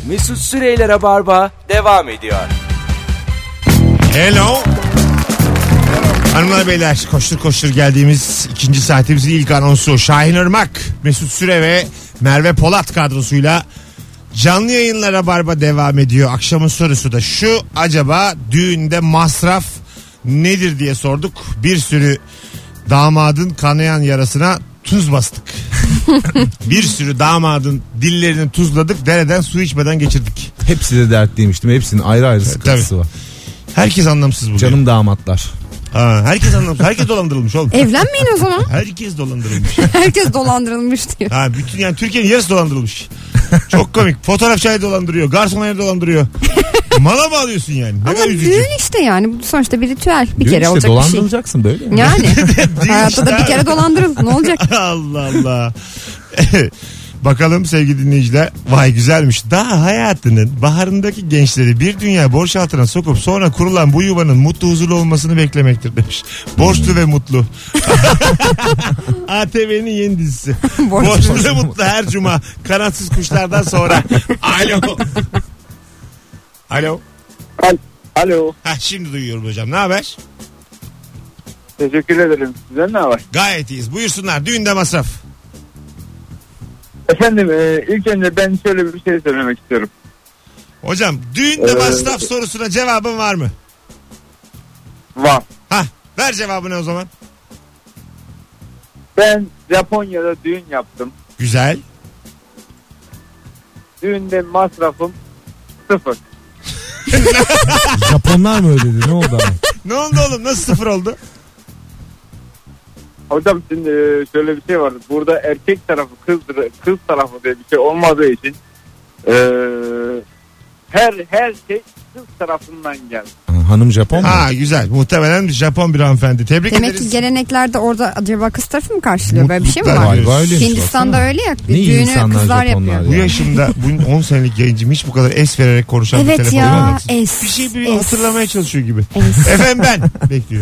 Mesut Süreyler'e barba devam ediyor. Hello. Hanımlar beyler, koştur koştur geldiğimiz ikinci saatimizin ilk anonsu. Şahin Irmak, Mesut Süre ve Merve Polat kadrosuyla canlı yayınlara barba devam ediyor. Akşamın sorusu da şu: acaba düğünde masraf nedir diye sorduk. Bir sürü damadın kanayan yarasına tuz bastık. Bir sürü damadın dillerini tuzladık, dereden su içmeden geçirdik. Hepsi de dertliymiş değil mi? Hepsinin ayrı ayrı sıkıntısı var. Herkes anlamsız bu. Canım damatlar. Ha, herkes anlamsız. Herkes dolandırılmış oğlum. Evlenmeyin o zaman. Herkes dolandırılmış. Herkes dolandırılmış diyor. Ha, bütün yani Türkiye'nin yarısı dolandırılmış. Çok komik. Fotoğrafçıyı dolandırıyor. Garsonayı dolandırıyor. Mala mı alıyorsun yani? Ne Ama düğün işte yani. Bu sonuçta bir ritüel. Bir Düğün kere işte olacak bir şey. dolandırılacaksın böyle mi? Yani. Hayatta da bir kere dolandırıl. Ne olacak? Allah Allah. Bakalım sevgili dinleyiciler. Vay güzelmiş. Daha hayatının baharındaki gençleri bir dünya borç altına sokup sonra kurulan bu yuvanın mutlu huzurlu olmasını beklemektir demiş. Borçlu ve mutlu. ATV'nin yeni dizisi. Borçlu ve mutlu her cuma. Kanatsız kuşlardan sonra. Alo. Alo. Alo. Şimdi duyuyorum hocam. Ne haber? Teşekkür ederim. Sizden ne var? Gayet iyiyiz. Buyursunlar. Düğünde masraf. Efendim ilk önce ben şöyle bir şey söylemek istiyorum. Hocam düğünde masraf sorusuna cevabın var mı? Var. Ver cevabını o zaman. Ben Japonya'da düğün yaptım. Güzel. Düğünde masrafım 0. Japonlar mı öyle dedi? Ne oldu abi? Ne oldu oğlum? Nasıl 0 oldu? Hocam şimdi şöyle bir şey var. Burada erkek tarafı kız tarafı diye bir şey olmadığı için her şey kız tarafından geldi. Hanım Japon mu? Güzel. Muhtemelen Japon bir hanımefendi. Tebrik Demek ederiz. ki geleneklerde orada acaba kız tarafı mı karşılıyor? Böyle bir şey mi Mutluluklar var? Galiba öyleymiş. Hindistan'da Baksana. öyle ya. Ne iyi Düğünü insanlar kızlar Japonlar yapıyor. Bu ya. yaşımda bu 10 senelik yayıncım hiç bu kadar es vererek konuşan bir Evet telefon ya. görmedim. Es. Bir şey bir Es. hatırlamaya çalışıyor gibi. Es. Efendim ben bekliyor.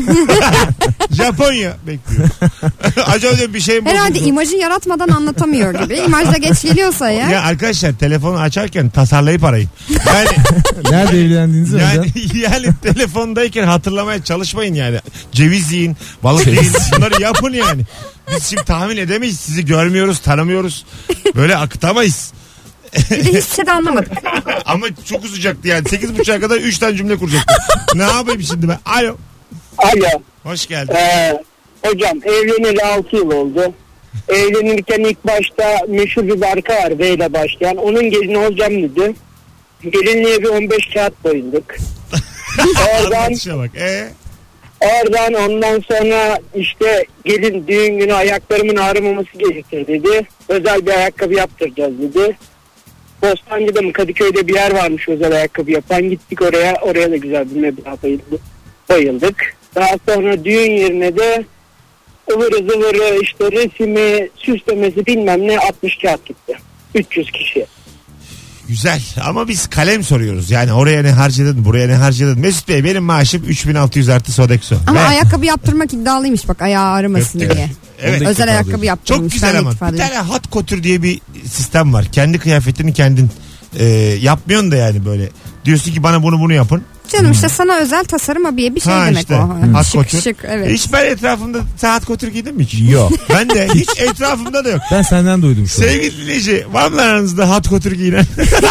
Japonya bekliyor. Acaba diyorum bir şey mi Herhalde bozuldu? imajı yaratmadan anlatamıyor gibi. İmajda geç geliyorsa ya. Ya arkadaşlar telefonu açarken tasarlayıp arayın. Yani Nerede evlendiğinizi yani telefondayken hatırlamaya çalışmayın yani. Ceviz yiyin, balık yiyin. Bunları yapın yani. Biz şimdi tahmin edemeyiz. Sizi görmüyoruz, tanımıyoruz. Böyle akıtamayız. Bir de hiçbir şey de anlamadık. Ama çok uzayacaktı yani. 8.30'a kadar 3 tane cümle kuracaktım. Ne yapayım şimdi ben? Alo. Alo. Hoş geldin. Hocam evleneli 6 yıl oldu. Evlenirken ilk başta meşhur bir marka var V ile başlayan. Onun gelini olacağım dedi. Gelinliğe bir 15 kağıt boyundık. Anlatışa bak. Oradan ondan sonra işte gelin düğün günü ayaklarımın ağrımaması gerekir dedi. Özel bir ayakkabı yaptıracağız dedi. Bostancı'da mı Kadıköy'de bir yer varmış özel ayakkabı yapan. Gittik oraya. Oraya da güzel bir meblağ bayıldık. Daha sonra düğün yerine de ıvırı zıvırı işte resimi süslemesi bilmem ne 60 kağıt gitti. 300 kişi. Güzel ama biz kalem soruyoruz. Yani oraya ne harcadın, buraya ne harcadın. Mesut Bey benim maaşım 3600 artı Sodexo. Ama ayakkabı yaptırmak iddialıymış bak ayağı ağrımasın diye. Evet. Özel ayakkabı yaptırmış. Çok güzel ama bir tane hot couture diye bir sistem var. Kendi kıyafetini kendin yapmıyorsun da yani böyle. Diyorsun ki bana bunu yapın. Canım işte sana özel tasarım abiye bir şey demek işte. o. Hot Şık couture. şık evet. Hiç ben etrafımda saat couture giydim mi hiç? Yok. Ben de hiç etrafımda da yok. Ben senden duydum şu an. Sevgili dinleyici var mı aranızda hot couture giyinen?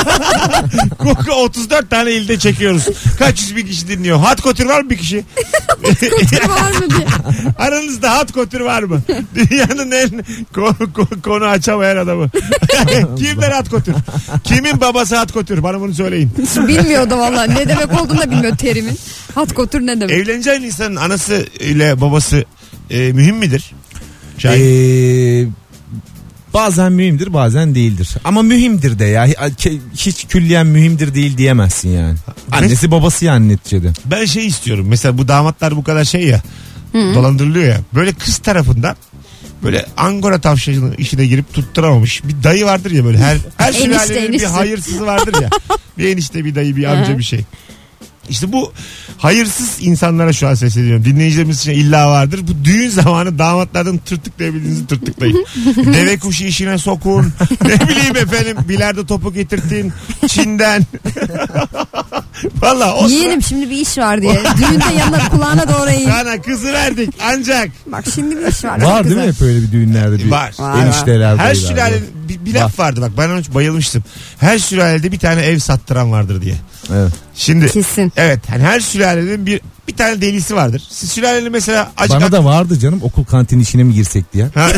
34 tane ilde çekiyoruz. Kaç yüz bin kişi dinliyor. Hot couture var mı bir kişi? Var mı diye. Aranızda hot couture var mı? Dünyanın en konu açamayan adamı. Kimler hot couture? Kimin babası hot couture? Bana bunu söyleyin. Bilmiyordu valla ne demek olduğunu da bilmiyor terimin. Hot couture ne demek? Evleneceğin insanın anası ile babası mühim midir? Bazen mühimdir bazen değildir. Ama mühimdir de ya. Hiç külliyen mühimdir değil diyemezsin yani. Annesi babası yani neticede. Ben şey istiyorum. Mesela bu damatlar bu kadar şey ya. Dolandırılıyor ya. Böyle kız tarafından böyle Angora tavşanının işine girip tutturamamış bir dayı vardır ya böyle her sülalenin bir hayırsızı vardır ya. Bir enişte bir dayı bir amca bir şey. İşte bu hayırsız insanlara şu an sesleniyorum. Dinleyicilerimiz için illa vardır. Bu düğün zamanı damatlardan tırtıklayabildiğinizi tırtıklayın. Deve kuşu işine sokun. Ne bileyim efendim, bilardo topu getirtin Çin'den. Valla o Yiyelim şimdi bir iş var diye. Düğünde yanına kulağına doğru eğil. sana kızı verdik ancak. Bak şimdi bir iş var. Var Çok değil mi güzel. hep öyle bir düğünlerde? Bir Var. Enişteler. Her dayılar. sülalenin bir laf vardı bak, ben onu bayılmıştım. Her sülalede bir tane ev sattıran vardır diye. Evet. Şimdi Kesin. evet, hani her sülalenin bir tane delisi vardır. Siz sülalenin mesela Bana da vardı canım, okul kantin işine mi girsek diye. Ha.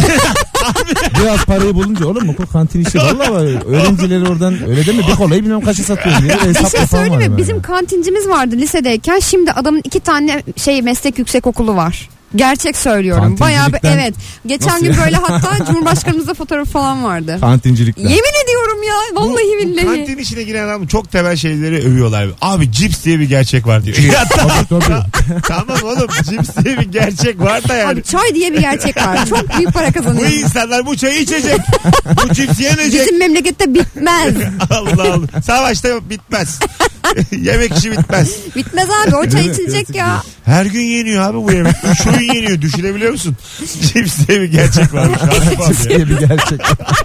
Biraz parayı bulunca oğlum okul kantin işi valla var. Öğrencileri oradan öyle deme, bir kolayı bilmem kaça satıyorsun diye Bir hesap şey yapan söyleyeyim var mi? hemen Bizim ya. kantincimiz vardı lisedeyken. Şimdi adamın 2 tane meslek yüksekokulu var. Gerçek söylüyorum. Bayağı bir, Kantincilikten- evet. Geçen Nasıl gün ya? böyle hatta Cumhurbaşkanımızla fotoğrafı falan vardı. Kantincilikten. Yemin ediyorum ya. Vallahi billahi. Kantin işine giren adam çok temel şeyleri övüyorlar. Abi cips diye bir gerçek var diyor. Ya Tabii, tabii. tamam oğlum, cips diye bir gerçek var da yani. Abi çay diye bir gerçek var. Çok büyük para Bu kazanıyor. insanlar bu çayı içecek. Bu cips yenecek. Bizim memlekette bitmez. Allah Allah. Savaşta bitmez. Yemek işi bitmez. Bitmez abi, o çay içilecek ya. Her gün yeniyor abi bu yemek. 3 öğün yeniyor. Düşünebiliyor musun? Cips diye bir gerçek varmış. Cips diye bir gerçek.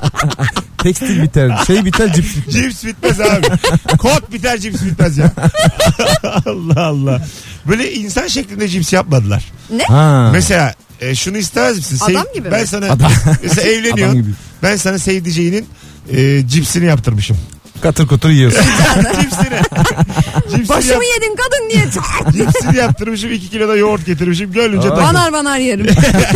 Tekstil biter, şey biter, cips biter. Cips bitmez abi. Kot biter, cips bitmez ya. Allah Allah. Böyle insan şeklinde cips yapmadılar. Ha. Mesela şunu istemez misin? Adam gibi ben mi? sana Adam. mesela Adam evleniyorsun. gibi. Ben sana sevdiceğinin cipsini yaptırmışım. Katır kutur yiyorsun. Cipsini. Cipsini, Başımı yedin kadın diye. cipsini yaptırmışım. 2 kilo da yoğurt getirmişim. Gönlünce takıl. Banar yerim.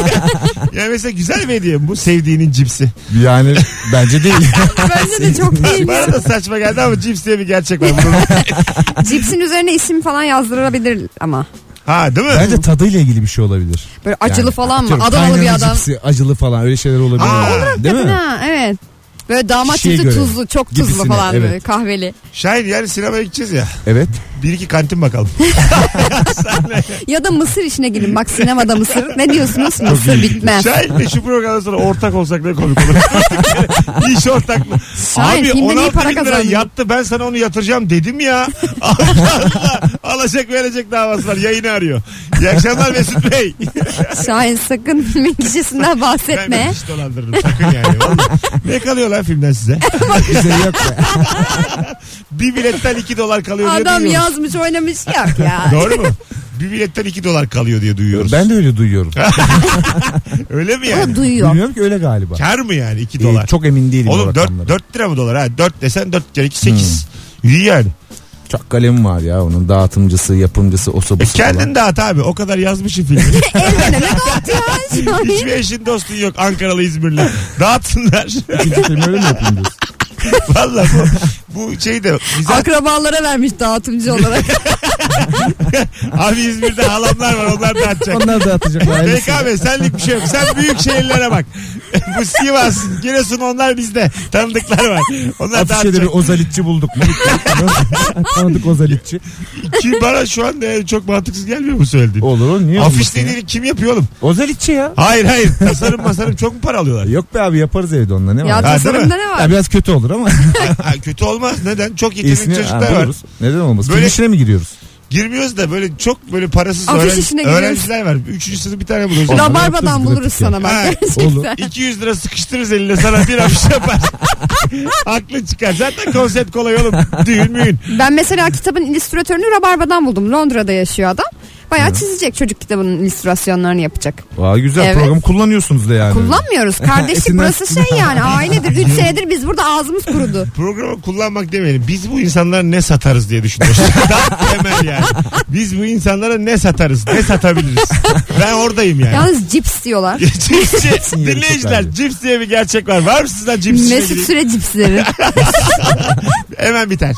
Yani mesela güzel bir hediye mi bu? Sevdiğinin cipsi. Yani bence değil. Bence de çok değil. Bana da saçma geldi ama cips diye bir gerçek var. Bunun- Cipsin üzerine isim falan yazdırılabilir ama. Ha değil mi? Bence tadıyla ilgili bir şey olabilir. Böyle acılı Yani, falan mı? atıyorum, Adanalı bir kaynadı adam. cipsi, acılı falan öyle şeyler olabilir. Aa, Değil mi? Ha, evet. Böyle damat Kişiye cipsi göre. tuzlu, çok tuzlu Gibisine, falan evet. böyle kahveli. Şahin, yani sinemaya gideceğiz ya. Evet. Bir iki kantin bakalım. Ya da mısır işine girin. Bak sinemada mısır. Ne diyorsunuz? Mısır bitmez. Şahin'le şu programdan sonra ortak olsak ne komik olur. İş ortaklığı. Şahin, Abi filmden iyi 16 para bin lira kazandın. yattı, ben sana onu yatıracağım dedim ya. Allah Allah. Alacak verecek davası var, yayını arıyor. İyi akşamlar Mesut Bey. Şahin sakın filmin kişisinden Ben bahsetme. de hiç dolandırdım sakın yani. Vallahi. Ne kalıyor lan filmden size? Bize yok be. Bir biletten $2 kalıyor diye Adam duyuyoruz. yazmış oynamış yok ya. Doğru mu? Bir biletten $2 kalıyor diye duyuyoruz. Ben de öyle duyuyorum. Öyle mi O yani? duyuyor. Bilmiyorum ki öyle galiba. Kar mı yani $2? Çok emin değilim o Oğlum rakamlara. 4 lira mı dolar ha? 4 desen 4 kere 2 8. İyi yani. Çok kalem var ya onun dağıtımcısı, yapımcısı, osu busu falan. Kendin dağıt abi. O kadar yazmışsın filmi. Elden ele dağıt ya. Şahin. Hiçbir eşin dostun yok Ankaralı İzmirli. Dağıtsınlar. İkinci filmi öyle mi yapayım diyorsun? Valla bu şey de bize Akrabalara vermiş dağıtımcı olarak. abi İzmir'de halamlar var, onlar dağıtacak. Onlar dağıtacaklar. Peki abi, senlik bir şey yok. Sen büyük şehirlere bak. Bu Sivas, Giresun, onlar bizde. Tanıdıklar var. Onlar Afişede bir dağıtacak. ozalitçi bulduk mu? Tanıdık ozalitçi. Ki bana şu anda çok mantıksız gelmiyor mu söylediğin? Olur o niye Afiş olmasın ya? dediğini kim yapıyor oğlum? Ozalitçi ya. Hayır. Tasarım çok mu para alıyorlar? Yok be abi, yaparız evde onunla, ne Ya var? tasarımda ne var? Ya biraz kötü olur ama Ha, kötü olmaz. Neden? Çok yetenekli iyisini çocuklar var. buluruz. Neden olmaz? Böyle- Film işine mi giriyoruz? Girmiyoruz da böyle çok böyle parasız Afiş işine giriyoruz. öğrenciler var. 3. sınıf bir tane buluruz. Onlar Rabarbadan yaptırız, buluruz grafik sana bak. Ha, olur. Gerçekten. 200 lira sıkıştırırız eline, sana bir afiş yapar. Aklın çıkar. Zaten konsept kolay oğlum. Düğün müğün. Ben mesela kitabın illüstratörünü Rabarba'dan buldum. Londra'da yaşıyor adam. Bayağı çizecek, çocuk kitabının illüstrasyonlarını yapacak. Aa, güzel Evet. programı kullanıyorsunuz da yani. Kullanmıyoruz. Kardeşlik Etinden- burası şey yani ailedir. 3 senedir biz burada ağzımız kurudu. Programı kullanmak demeyelim. Biz bu insanlara ne satarız diye düşünüyoruz. Daha temel yani. Biz bu insanlara ne satarız? Ne satabiliriz? Ben oradayım yani. Yalnız cips diyorlar. Cipsçi dinleyiciler, bence. cips diye bir gerçek var. Var mı sizden cips işine Mesut gireyim? Süre cipsleri. Hemen biter.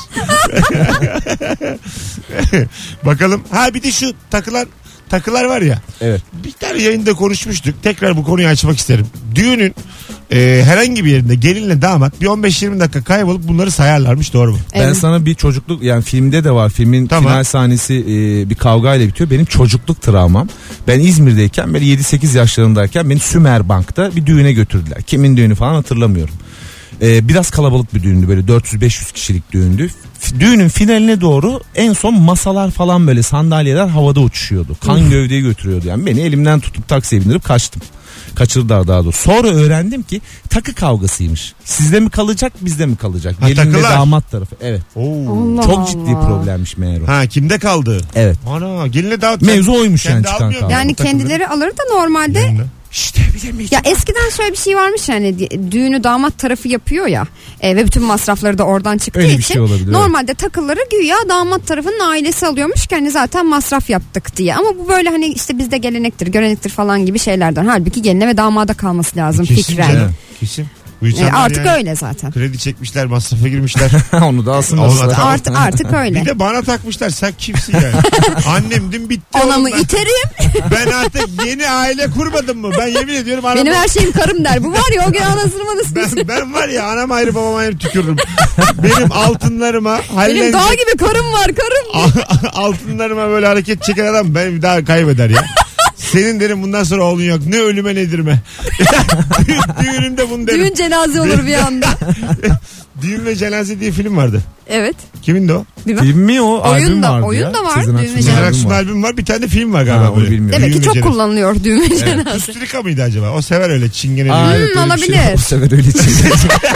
Bakalım. Ha bir de şu takılar var ya. Evet. Bir tane yayında konuşmuştuk. Tekrar bu konuyu açmak isterim. Düğünün herhangi bir yerinde gelinle damat bir 15-20 dakika kaybolup bunları sayarlarmış, doğru mu? Ben Evet. sana bir çocukluk, yani filmde de var, filmin Tamam. final sahnesi bir kavgayla bitiyor. Benim çocukluk travmam. Ben İzmir'deyken böyle 7-8 yaşlarındayken beni Sümerbank'ta bir düğüne götürdüler. Kimin düğünü falan hatırlamıyorum. Biraz kalabalık bir düğündü, böyle 400-500 kişilik düğündü. Düğünün finaline doğru en son masalar falan, böyle sandalyeler havada uçuşuyordu. Kan gövdeyi götürüyordu yani. Beni elimden tutup taksiye bindirip kaçtım. Kaçırdılar daha doğrusu. Sonra öğrendim ki takı kavgasıymış. Sizde mi kalacak, bizde mi kalacak? Ha, Gelin ve takılar. damat tarafı. Evet. Allah Çok ciddi Allah. problemmiş meğer o. Ha, kimde kaldı? Evet. Ana, gelinle davet. Mevzu oymuş Kendi yani çıkan almıyor mu? kavga. Yani Bu takımları. kendileri alır da normalde Yanında. İşte bilemeyeceğim. ya eskiden şöyle bir şey varmış yani düğünü damat tarafı yapıyor ya ve bütün masrafları da oradan çıktığı Öyle bir için şey olabilir, normalde takıları güya damat tarafının ailesi alıyormuş ki hani zaten masraf yaptık diye, ama bu böyle hani işte bizde gelenektir görenektir falan gibi şeylerden, halbuki geline ve damada kalması lazım Kesin fikren. canım, kesin. Bu insanlar Artık yani öyle zaten. kredi çekmişler, masrafa girmişler. Onu da aslında. Olmaz. Artık öyle. Bir de bana takmışlar, sen kimsin yani? Annemdim, bitti. Anamı oğlum ben. iterim. Ben artık yeni aile kurmadım mı? Ben yemin ediyorum anam. Benim her şeyim karım der. Bu var ya o gün anasını bana Ben var ya, anam ayrı babam ayrı tükürürüm. Benim altınlarıma Benim hallenecek, dağ gibi karım var karım. altınlarıma böyle hareket çeken adam beni bir daha kaybeder ya. Senin derim bundan sonra oğlun yok. Ne ölüme ne dirime. Düğünümde bunu derim. Düğün cenaze olur bir anda. Düğün ve Cenaze diye film vardı. Evet. Kimin de o? Bilmem. Film mi o? Oyun Albüm da- vardı oyun ya. da var, Sezen düğün ve Aksu'nun Sezen albümü Aksu'nun var. albüm var. Bir tane de film var galiba Ha, onu böyle. bilmiyorum. Demek ki Düğün ve çok Cenaze. kullanılıyor düğün ve cenaze. Kustrika mıydı acaba? O sever öyle çingene. Aa, evet, öyle bir olabilir. şey var. Bu sefer öyle çizdi.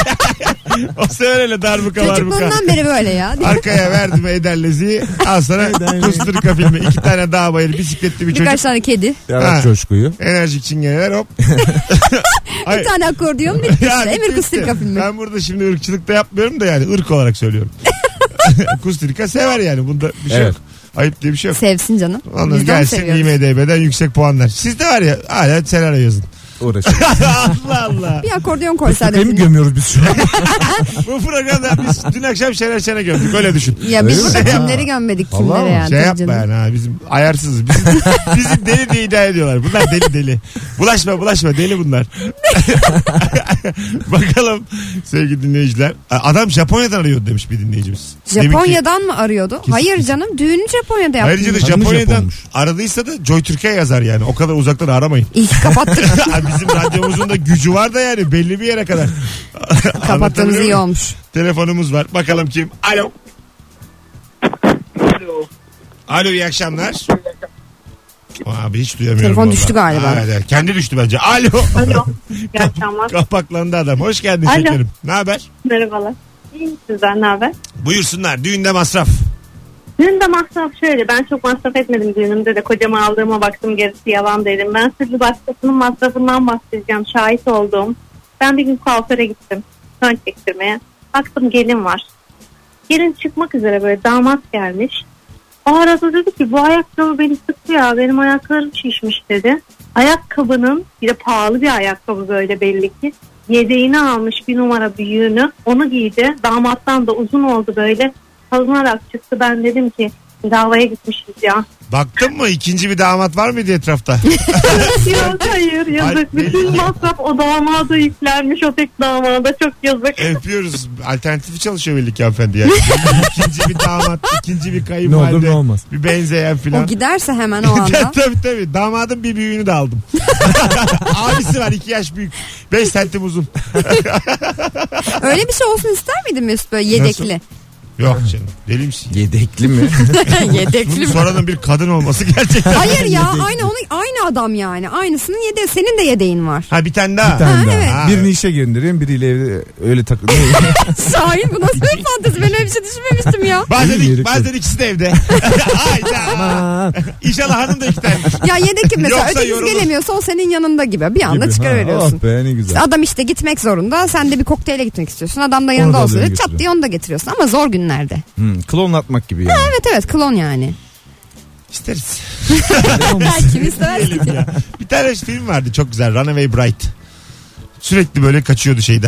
O sever öyle darbuka marbuka. Çocukluğundan beri böyle ya. Arkaya verdim ederlezi. Al sana Kustrika filmi. 2 tane dağ bayır bisikletli bir çocuk. Birkaç tane kedi. Ha. Yarat coşkuyu. Enerjik çingeneler hop. Bir tane akordeon bitti Ya işte. bitti Emir Kusturika işte. filmi. Ben burada şimdi ırkçılık da yapmıyorum da yani ırk olarak söylüyorum. Kustrika sever yani. Bunda bir şey Evet. yok. Ayıp diye bir şey yok. Sevsin canım. Ondan Biz de onu gelsin seviyoruz. IMDB'den yüksek puanlar. Sizde var ya hala senaryo yazın. Uğraşıyor. Allah Allah. Bir akordeon koysaydı. Değil mi gömüyoruz biz şu an? Bu programda biz dün akşam Şener Şen'e gömdük. Öyle düşün. Ya Öyle biz burada mi? kimleri gömmedik Vallahi kimlere mi? yani. Şey tabii yapma canım. yani ha, bizim ayarsızız. Bizim deli diye iddia ediyorlar. Bunlar deli. Bulaşma deli bunlar. Bakalım sevgili dinleyiciler. Adam Japonya'dan arıyordu demiş bir dinleyicimiz. Japonya'dan mı arıyordu? Hayır kesin. canım, düğünü Japonya'da Ayrıca da yaptı. Hanımı Japonya'dan Japonmuş. aradıysa da Joy Türkiye yazar yani. O kadar uzaktan aramayın. İyi ki kapattık. Bizim radyomuzun da gücü var da yani belli bir yere kadar. Kapattığımız Anlatabiliyor iyi muyum? olmuş. Telefonumuz var. Bakalım kim? Alo. Alo, iyi akşamlar. Abi hiç duyamıyorum. Telefon vallahi. düştü galiba. Evet. Kendi düştü bence. Alo. Alo. İyi akşamlar. Kapaklandı adam. Hoş geldin Alo. şekerim. Ne haber? Merhabalar. İyiyim, sizden ne haber? Buyursunlar. Düğünde masraf. Düğünde masraf şöyle. Ben çok masraf etmedim düğünümde de. Kocama aldığıma baktım, gerisi yalan dedim. Ben size bir başkasının masrafından bahsedeceğim. Şahit olduğum. Ben bir gün kuaföre gittim. Fön çektirmeye. Baktım gelin var. Gelin çıkmak üzere, böyle damat gelmiş. O arada dedi ki bu ayakkabı beni sıktı ya, benim ayaklarım şişmiş dedi. Ayakkabının, bir de pahalı bir ayakkabı böyle belli ki. Yedeğini almış, 1 numara büyüğünü, onu giydi. Damattan da uzun oldu böyle. Kalınarak çıktı. Ben dedim ki davaya gitmişiz ya. Baktın mı? İkinci bir damat var mıydı etrafta? Yok hayır, Ay, yazık. belli Bütün ki. masraf o damada yüklenmiş, o tek damada, çok yazık. Öpüyoruz. Alternatifi çalışıyor belli ki hanımefendi yani. İkinci bir damat, ikinci bir Ne kayınvalide. olur ne olmaz. Bir benzeyen O filan. giderse hemen o anda. tabii. Damadın bir büyüğünü de aldım. Abisi var 2 yaş büyük. 5 santim uzun. Öyle bir şey olsun ister miydin Mesut, böyle yedekli? Yok canım. Deli misin? Yedekli mi? Yedekli Bunu mi? soranın bir kadın olması gerçekten. Hayır ya, aynı adam yani. Aynısının yedeği. Senin de yedeğin var. Ha, bir tane daha. Bir tane daha. evet. Ha. Birini işe göndereyim, biriyle evde öyle takılıyor. Şahin, bu nasıl bir fantezi? Ben öyle bir şey düşünmemiştim ya. Bazen ikisi de evde. Hayda. Aman. İnşallah hanım da 2 tane. Ya yedek mesela Yoksa ötekisi yorulur. gelemiyorsa o senin yanında gibi. Bir anda Gibi. çıkarıveriyorsun. Oh be, ne güzel. Adam işte gitmek zorunda. Sen de bir kokteyle gitmek istiyorsun. Adam da yanında Onu da olsun. öyle Çat götürüyor. diye onu da getiriyorsun. Ama zor günlerde. Klonlatmak gibi yani. Evet klon yani. İsteriz. Kim istemez ki? Diyelim ya. Bir tane film vardı çok güzel. Runaway Bride. Sürekli böyle kaçıyordu şeyden.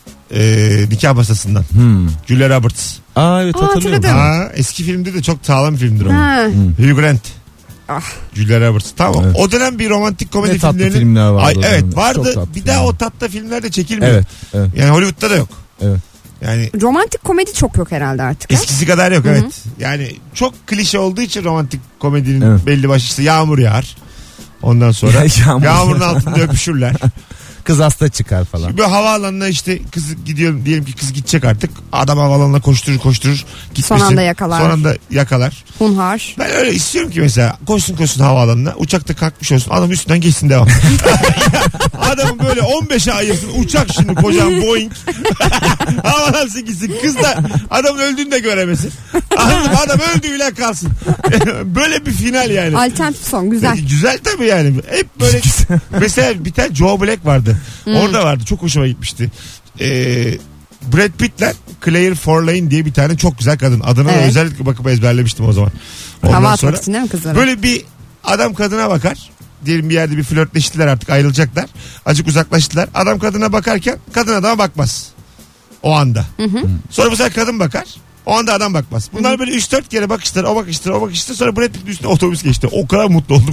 Nikah masasından. Julia Roberts. Aa evet, hatırlıyorum. hatırladım. Ha, eski filmde de çok sağlam filmdir o. Ha. Hugh Grant. Ah. Julia Roberts. Tamam. Evet. O dönem bir romantik komedi Ne tatlı filmlerinin... filmler vardı Ay, o evet dönemde. vardı. Çok tatlı Bir daha filmler. o tatlı filmler de çekilmiyor. Evet. Evet. Yani Hollywood'da da yok. Evet. Yani Romantik komedi çok yok herhalde artık. eskisi kadar yok evet. Yani çok klişe olduğu için romantik komedinin Evet. belli başlı işte yağmur yağar. Ondan sonra Ya, yağmur yağmurun yağar. altında öpüşürler. Kız hasta çıkar falan. Bir havaalanına işte kız gidiyor diyelim ki kız gidecek artık. Adam havaalanına koşturur gitmesin. Son anda yakalar. Son anda yakalar. Hunhar. Ben öyle istiyorum ki mesela koşsun havaalanına. Uçakta kalkmış olsun. Adam üstünden geçsin devam. Adamın böyle 15'e ayırsın. Uçak şimdi kocaman Boeing. Havalansın gitsin. Kız da adamın öldüğünü de göremesin. Adam öldüğüyle kalsın. Böyle bir final yani. Alternatif son güzel. Güzel tabii yani. Hep böyle mesela bir tane Joe Black vardı. Orada vardı. Çok hoşuma gitmişti. Brad Pitt'le Claire Forlane diye bir tane çok güzel kadın. Adına da özellikle bakıp ezberlemiştim o zaman. Hava atmak için değil mi kızlara? Böyle bir adam kadına bakar. Diyelim bir yerde bir flörtleştiler artık ayrılacaklar. Azıcık uzaklaştılar. Adam kadına bakarken kadın adama bakmaz. O anda. Sonra bu sefer kadın bakar. O anda adam bakmaz. Bunlar böyle 3-4 kere bakıştılar. O bakıştı. Sonra Brad Pitt'in üstüne otobüs geçti. O kadar mutlu oldum.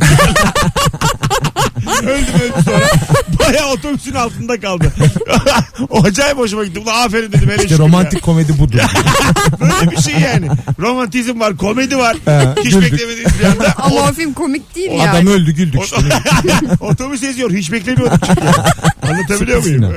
öldüm sonra. Bayağı otobüsün altında kaldı. O acayip hoşuma gitti. Ulan aferin dedim. İşte romantik komedi budur. Böyle bir şey yani. Romantizm var, komedi var. Hiç beklemediğiniz bir anda. Ama o film komik değil o yani. adam öldü güldük işte. Otobüs eziyor. Hiç beklemiyorduk çünkü. Anlatabiliyor muyum?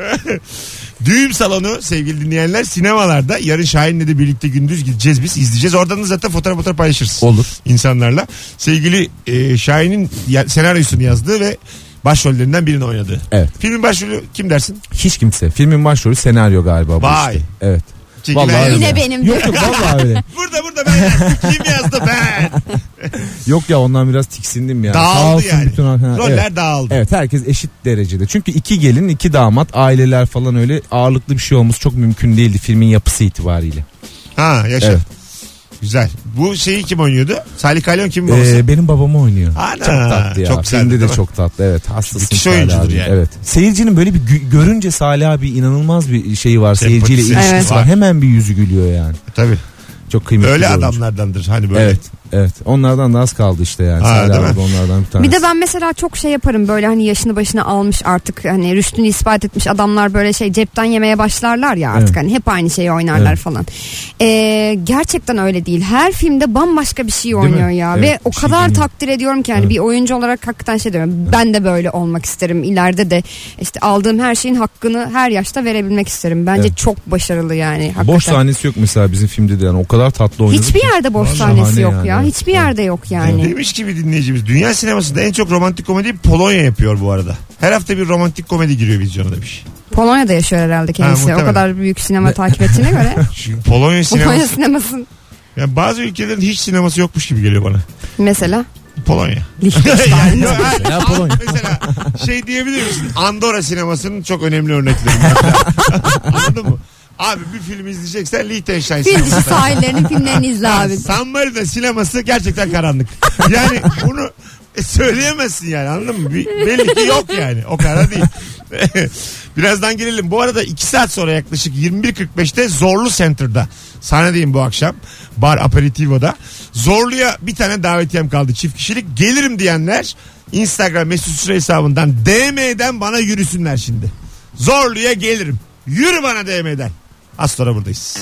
Düğün salonu sevgili dinleyenler sinemalarda. Yarın Şahin'le de birlikte gündüz gideceğiz biz. İzleyeceğiz. Oradan da zaten fotoğraf paylaşırız. Olur. İnsanlarla. Sevgili Şahin'in senaryosunu yazdığı ve başrollerinden birini oynadı. Evet. Filmin başrolü kim dersin? Hiç kimse. Filmin başrolü senaryo galiba. Vay. Işte. Evet. Çekil Vallahi ben Yine öyle. benim. Yok vallahi öyle. Burada ben yazdım. Kim yazdı ben? Yok ya ondan biraz tiksindim ya. Dağıldı yani. Bütün... Roller evet. dağıldı. Evet herkes eşit derecede. Çünkü 2 gelin 2 damat aileler falan öyle ağırlıklı bir şey olması çok mümkün değildi filmin yapısı itibariyle. Ha yaşa. Evet. Güzel. Bu şeyi kim oynuyordu? Salih Kalyon kim babası? Benim babamı oynuyor. Ana, çok tatlı ya. çok güzeldi, Filmde de değil mi? çok tatlı. Evet. Hastasın Müthiş Salih oyuncudur abi. yani. Evet. Seyircinin böyle bir görünce Salih abi inanılmaz bir şeyi var. Sempatisi. Seyirciyle ilişkisi Evet. var. Hemen bir yüzü gülüyor yani. Tabii. Çok kıymetli Öyle bir oyuncu. adamlardandır hani böyle. Evet. Evet. Onlardan da az kaldı işte yani. Ha, Salih değil abi mi? de onlardan bir tanesi. Bir de ben mesela çok şey yaparım böyle hani yaşını başına almış artık hani rüştünü ispat etmiş adamlar böyle şey cepten yemeye başlarlar ya artık Evet. hani hep aynı şeyi oynarlar Evet. falan. Gerçekten öyle değil. Her filmde bambaşka bir şey oynuyor mi? ya Evet, ve o bir şey kadar deniyor. takdir ediyorum ki yani Evet. bir oyuncu olarak hakikaten şey diyorum. Ben de böyle olmak isterim. İleride de işte aldığım her şeyin hakkını her yaşta verebilmek isterim. Bence Evet. çok başarılı yani hakikaten. Boş sahnesi yok mesela bizim filmde de yani o kadar tatlı oynadı. Hiçbir ki. yerde boş Vallahi sahnesi yok yani. ya. Evet. Hiçbir yerde yok yani. Demiş gibi dinleyicimiz. Dünya sinemasında en çok romantik komedi Polonya yapıyor bu arada. Her hafta bir romantik komedi giriyor vizyona demiş. Polonya'da yaşıyor herhalde kendisi. O muhtemelen. kadar büyük sinema takip ettiğine göre. Çünkü Polonya Polonya sineması. sinemasının Yani bazı ülkelerin hiç sineması yokmuş gibi geliyor bana. mesela. Polonya. Liechtenstein. Yok, Mesela Polonya. mesela şey diyebilir misin? Andorra sinemasının çok önemli örnekleri. Anladın mı? Abi bir film izleyeceksen Liechtenstein Fil dişi sineması. sahillerinin filmlerini izle abi. San Marino sineması gerçekten karanlık. Yani bunu söyleyemezsin yani anladın mı? Belli ki yok yani. O kadar değil. Birazdan gelelim. Bu arada 2 saat sonra yaklaşık 21.45'te Zorlu Center'da sahnedeyim bu akşam. Bar Aperitivo'da. Zorlu'ya bir tane davetiyem kaldı çift kişilik. Gelirim diyenler Instagram Mesut Süre hesabından DM'den bana yürüsünler şimdi. Zorlu'ya gelirim. Yürü bana DM'den. Az sonra buradayız.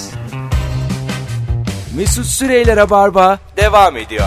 Mesut Süreyler'e barba devam ediyor.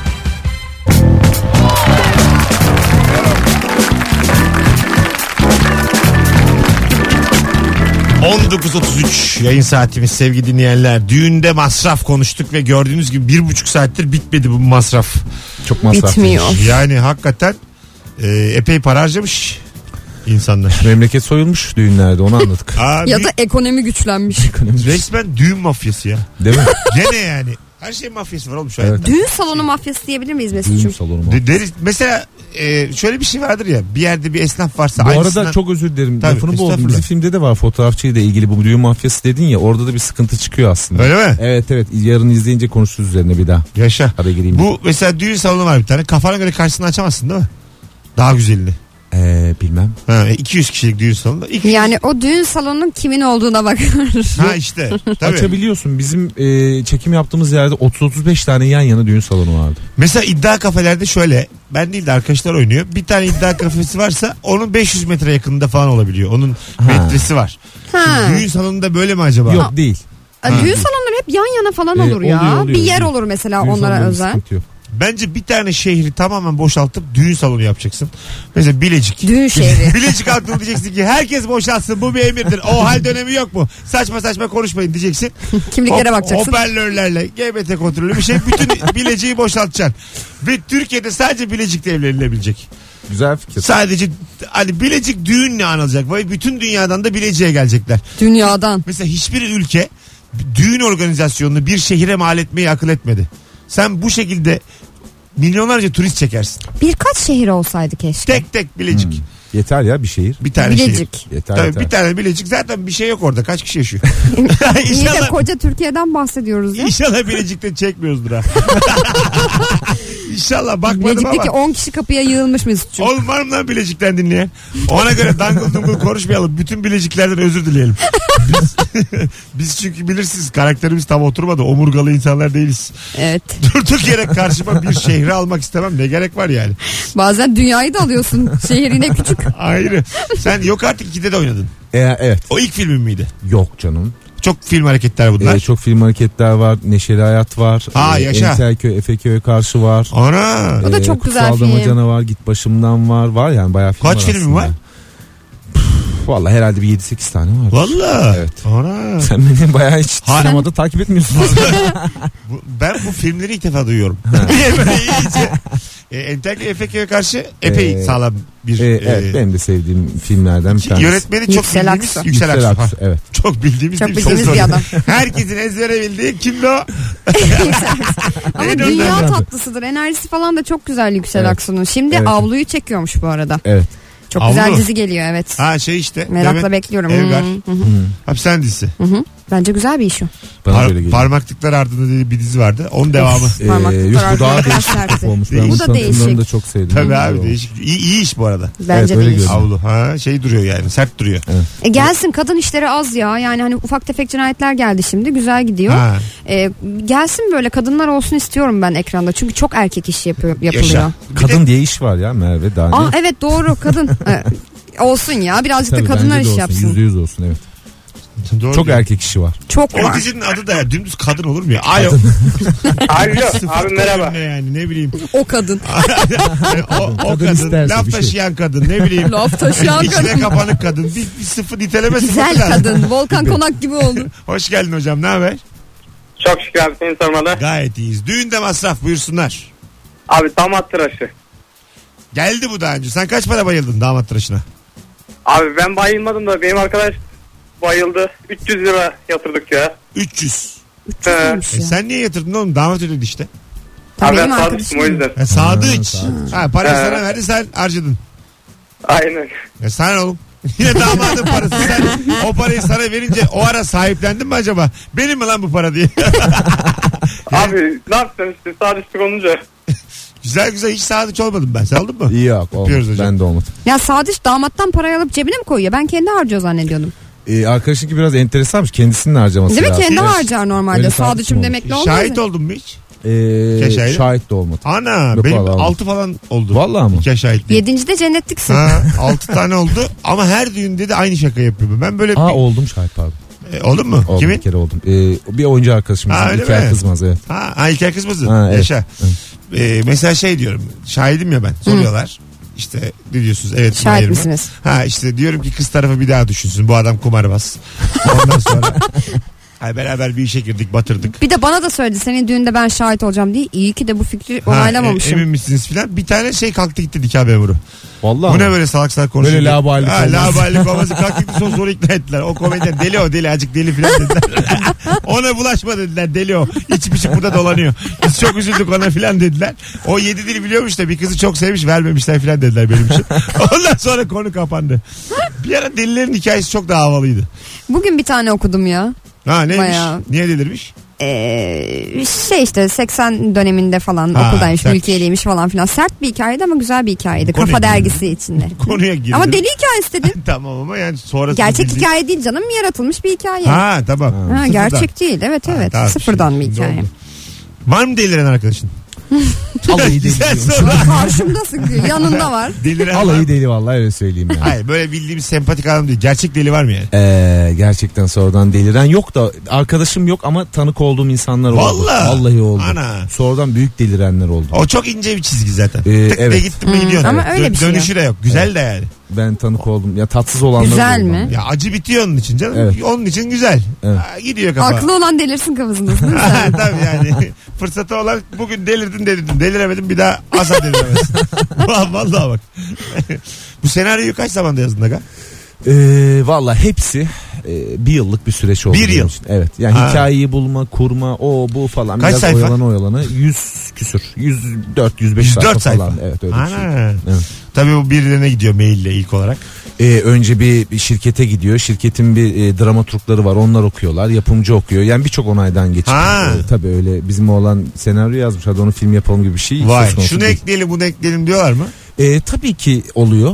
...19.33 yayın saatimiz sevgili dinleyenler. Düğünde masraf konuştuk ve gördüğünüz gibi 1,5 saattir bitmedi bu masraf. Çok masraflı. Bitmiyor. Yani hakikaten epey para harcamış insanlar. Memleket soyulmuş düğünlerde onu anladık. Ya da ekonomi güçlenmiş. Resmen düğün mafyası ya. Değil mi? Gene yani. Her şey mafyası var oğlum şu Evet. hayatta. Düğün salonu mafyası diyebilir miyiz Düğün Mesut'cum? salonu mu? Deriz, mesela şöyle bir şey vardır ya. Bir yerde bir esnaf varsa. Bu aynısından- arada çok özür dilerim. Tabii, Lafını bozdum. estağfurullah. Bizim filmde de var fotoğrafçıyla ilgili bu düğün mafyası dedin ya orada da bir sıkıntı çıkıyor aslında. Öyle mi? Evet yarın izleyince konuşuruz üzerine bir daha. Yaşa. Hadi gireyim. Bu mesela düğün salonu var bir tane. Kafana göre karşısını açamazsın değil mi? Daha güzelini. Bilmem. Ha, 200 kişilik düğün salonu. Yani o düğün salonunun kimin olduğuna bakar. Ha işte. Tabii. Açabiliyorsun. Bizim çekim yaptığımız yerde 30-35 tane yan yana düğün salonu vardı. Mesela iddia kafelerde şöyle. Ben değil de arkadaşlar oynuyor. Bir tane iddia kafesi varsa onun 500 metre yakınında falan olabiliyor. Onun metresi var. Ha. Şimdi düğün salonunda böyle mi acaba? Yok değil. Düğün salonları hep yan yana falan olur ya. oluyor, bir yer oluyor. olur mesela Düğün onlara salonunda özel. sıkıntı yok. Bence bir tane şehri tamamen boşaltıp düğün salonu yapacaksın. Mesela Bilecik. Düğün şehri. Bilecik halkına diyeceksin ki herkes boşalsın, bu bir emirdir. O hal dönemi yok mu? Saçma saçma konuşmayın diyeceksin. Kimliklere bakacaksın. Hoparlörlerle GBT kontrolü bir şey, bütün Bilecik'i boşaltacaksın. Ve Türkiye'de sadece Bilecik'te evlenilebilecek. Güzel fikir. Sadece hani Bilecik düğünle anılacak ve bütün dünyadan da Bilecik'e gelecekler. Dünyadan. Mesela hiçbir ülke düğün organizasyonunu bir şehire mal etmeyi akıl etmedi. Sen bu şekilde milyonlarca turist çekersin. Birkaç şehir olsaydı keşke. Tek tek Bilecik. Yeter ya bir şehir. Bir tane Bilecik. şehir. Yeter, Tabii yeter. bir tane Bilecik, zaten bir şey yok orada. Kaç kişi yaşıyor? İyi de İnşallah, koca Türkiye'den bahsediyoruz ya. İnşallah Bilecik'te çekmiyoruzdur ha. İnşallah, bakmadım Bilecik'teki ama. 10 kişi kapıya yığılmış Mesut'cum. Oğlum var mı lan Bilecik'ten dinleyen? Ona göre dangıl dungul konuşmayalım. Bütün Bileciklerden özür dileyelim. Biz çünkü bilirsiniz karakterimiz tam oturmadı. Omurgalı insanlar değiliz. Evet. Durduk yere karşıma bir şehri almak istemem. Ne gerek var yani? Bazen dünyayı da alıyorsun. Şehir yine küçük. Ayrı. Sen Yok Artık 2'de de oynadın. Evet. O ilk filmin miydi? Yok canım. Çok film hareketler bunlar. Çok film hareketler var. Neşeli Hayat var. Yaşa. Entelköy, Efeköy'e karşı var. Ana. O da çok güzel Kutsal film. Damacana var. Git Başımdan var. Var yani bayağı film Kaç var filmi aslında. var? Vallahi herhalde bir 7-8 tane var. Valla. Evet. Ana. Sen beni bayağı hiç sinemada takip etmiyorsun. Ben bu filmleri ilk defa duyuyorum. Niye böyle iyice? Entelköy Efeköy'e karşı epey sağlam bir... Evet, benim de sevdiğim filmlerden bir tanesi. Yönetmeni çok Yüksel bildiğimiz Aksu. Yüksel Yüksel Aksu. Aksu, evet. Çok bildiğimiz Çok değil, bildiğimiz zor. bir adam. Herkesin ezbere bildiği kimdi o? Ama Neydi dünya onlar? tatlısıdır. Enerjisi falan da çok güzel Yüksel Evet. Aksu'nun. Şimdi Evet. Avlu'yu çekiyormuş bu arada. Evet. Çok Avlu. güzel dizi geliyor evet. Ha şey işte. Merakla Demet bekliyorum. Evgar. Hı hı. Hapishane dizisi. Bence güzel bir iş o. Bana böyle geliyor. Parmaklıklar ardında diye bir dizi vardı. Onun devamı. Parmaklıklar Yok bu daha ardında değişik sertti. olmuş. Değişik. Ben Bu da tanıtımlarını da değişik. çok sevdim. Tabii Güzel abi olmuş. değişik. İyi iş bu arada. Bence Evet, öyle de iyi. görünüyor. Avlu. Ha şey duruyor yani. Sert duruyor. Gelsin, kadın işleri az ya. Yani hani ufak tefek cinayetler geldi şimdi. Güzel gidiyor. Ha. Gelsin böyle kadınlar olsun istiyorum ben ekranda. Çünkü çok erkek işi yapılıyor. Yaşa. Bir Kadın de- diye iş var ya Merve daha Aa ne? evet doğru kadın. Olsun ya birazcık Tabii, da kadınlar bence de iş olsun, yapsın. %100 olsun evet. Doğru Çok diyor. erkek işi var. Çok O var. dizinin adı da ya dümdüz kadın olur mu ya? Alo. Alo Sıfır abi merhaba. ne yani ne bileyim. O kadın. o Kadın kadın, isterse laf bir şey. taşıyan kadın ne bileyim. Laf taşıyan İçine kadın. kapanık kadın. Bir sıfır niteleme sıfatı Güzel lazım. kadın. Volkan Konak gibi oldu. Hoş geldin hocam, ne haber? Çok şükür abi seni sormalı. Gayet iyiyiz. Düğünde masraf, buyursunlar. Abi damat tıraşı. Geldi bu daha önce. Sen kaç para bayıldın damat tıraşına? Abi ben bayılmadım da benim arkadaş bayıldı. 300 lira yatırdık ya. 300. Neymiş ya? Sen niye yatırdın oğlum? Damat ödedi işte. Tabii Abi ben benim sadıktım o arkadaşım. yüzden. Sadıç. Sadıç. Ha, parayı He. sana verdi, sen harcadın. Aynen. Sen oğlum. Yine damadın parası. Sen o parayı sana verince o ara sahiplendin mi acaba? Benim mi lan bu para diye. Abi ne yapacaksın işte sadıçlık olunca. Güzel güzel, hiç sadıç olmadım ben. Sen oldun mu? Yok Öpüyoruz olmadı. hocam. Ben de olmadı. Ya Sadıç damattan parayı alıp cebine mi koyuyor? Ben kendi harcıyor zannediyordum. Arkadaşınki biraz enteresanmış. Kendisinin harcaması Değil mi? lazım. Kendi Evet. harcar normalde. Öyle Sadıç Sadıç'ım mı demek ne olmaz. Şahit oldun mu hiç? Şahidi? Şahit de olmadı. Ana Yok benim vallahi. 6 falan oldu. Vallahi mı? Nikah şahitliği. 7. cennetliksin. Ha, 6 tane oldu ama her düğünde de aynı şaka yapıyorum. Ben böyle Oldum şahit pardon. oldun mu? Oldum, Kimin? bir kere oldum. Bir oyuncu arkadaşımız. Ha, öyle İlker mi? Kızmaz evet. Ha İlker Kızmaz'ın. Ha, evet. Yaşa. Mesela şey diyorum. Şahidim ya ben. Soruyorlar. İşte ne diyorsunuz? Evet. Şahit hayır mı? misiniz? Ha işte diyorum ki kız tarafı bir daha düşünsün. Bu adam kumarbaz. Ondan sonra beraber bir işe girdik, batırdık. Bir de bana da söyledi senin düğünde ben şahit olacağım diye. İyi ki de bu fikri onaylamamışım. Emin misiniz filan. Bir tane şey kalktı gitti nikah memuru. Vallahi Bu ne mi? böyle salak salak konuşuyor. Böyle laubalilik olmaz. Laubalilik olmaz. Kalktı gitti, sonra zor ikna ettiler. O komedyen deli, o deli, azıcık deli filan dediler. Ona bulaşma dediler, deli o. İçip içip burada dolanıyor. Biz çok üzüldük ona filan dediler. O 7 dili biliyormuş da bir kızı çok sevmiş, vermemişler filan dediler benim için. Ondan sonra konu kapandı. Bir ara delilerin hikayesi çok daha havalıydı. Bugün bir tane okudum ya. Ha neymiş? Bayağı. Niye delirmiş? Şey işte 80 döneminde falan Ha, okuldaymış, sert. mülkiyeliymiş falan filan. Sert bir hikayeydi ama güzel bir hikayeydi. Konuya Kafa girdi. dergisi içinde. Konuya girdi. Ama deli hikayesi dedim. Tamam ama yani sonrasında Gerçek bildiğin- hikaye değil canım, yaratılmış bir hikaye. Ha tamam. Ha, Sıfırdan. gerçek değil, evet Ha, evet, tamam, sıfırdan şimdi bir hikaye. oldu. Var mı deliren arkadaşın? Alayı deli Sen diyormuş. sonra Karşımda sıkıyor. Yanında var. deliren var. Alayı deli vallahi, öyle söyleyeyim yani. Hayır, böyle bildiğimiz sempatik adam değil. Gerçek deli var mı yani? Gerçekten sonradan deliren yok da, arkadaşım yok ama tanık olduğum insanlar oldu. Vallahi oldu. Ana. Sonradan büyük delirenler oldı. O çok ince bir çizgi zaten. Tık evet. ve gittin mi gidiyorsun. ama öyle bir şey Dönüşü de yok. Güzel de yani. Ben tanık oldum. Ya tatsız olanlar Güzel oldu mi? bana. Ya acı bitiyor onun için canım. Evet. Onun için güzel. Evet. Ha, gidiyor kafa. Aklı olan delirsin kafasında. Değil mi sen? Tabii yani. Fırsatı olan bugün delirdin. Deliremedin, bir daha asla deliremezsin. Vallahi bak. Bu senaryoyu kaç zamanda yazdın Aga? Valla hepsi bir yıllık bir süreç oldu. Bir benim yıl. için. Evet. Yani hikayeyi bulma, kurma, o bu falan. Kaç Biraz sayfa? oyalana 100 küsür. 104-105 104 sayfa falan. sayfa. Evet, öyle bir şey. Ana. Evet. Tabii bu birilerine gidiyor maille ilk olarak. Önce bir şirkete gidiyor. Şirketin bir dramaturgları var. Onlar okuyorlar. Yapımcı okuyor. Yani birçok onaydan geçiyor. Ha. Tabii öyle bizim oğlan senaryo yazmış. Hadi onu film yapalım gibi bir şey. Vay. söz konusu Şunu değil. ekleyelim, bunu ekleyelim diyorlar mı? Tabii ki oluyor.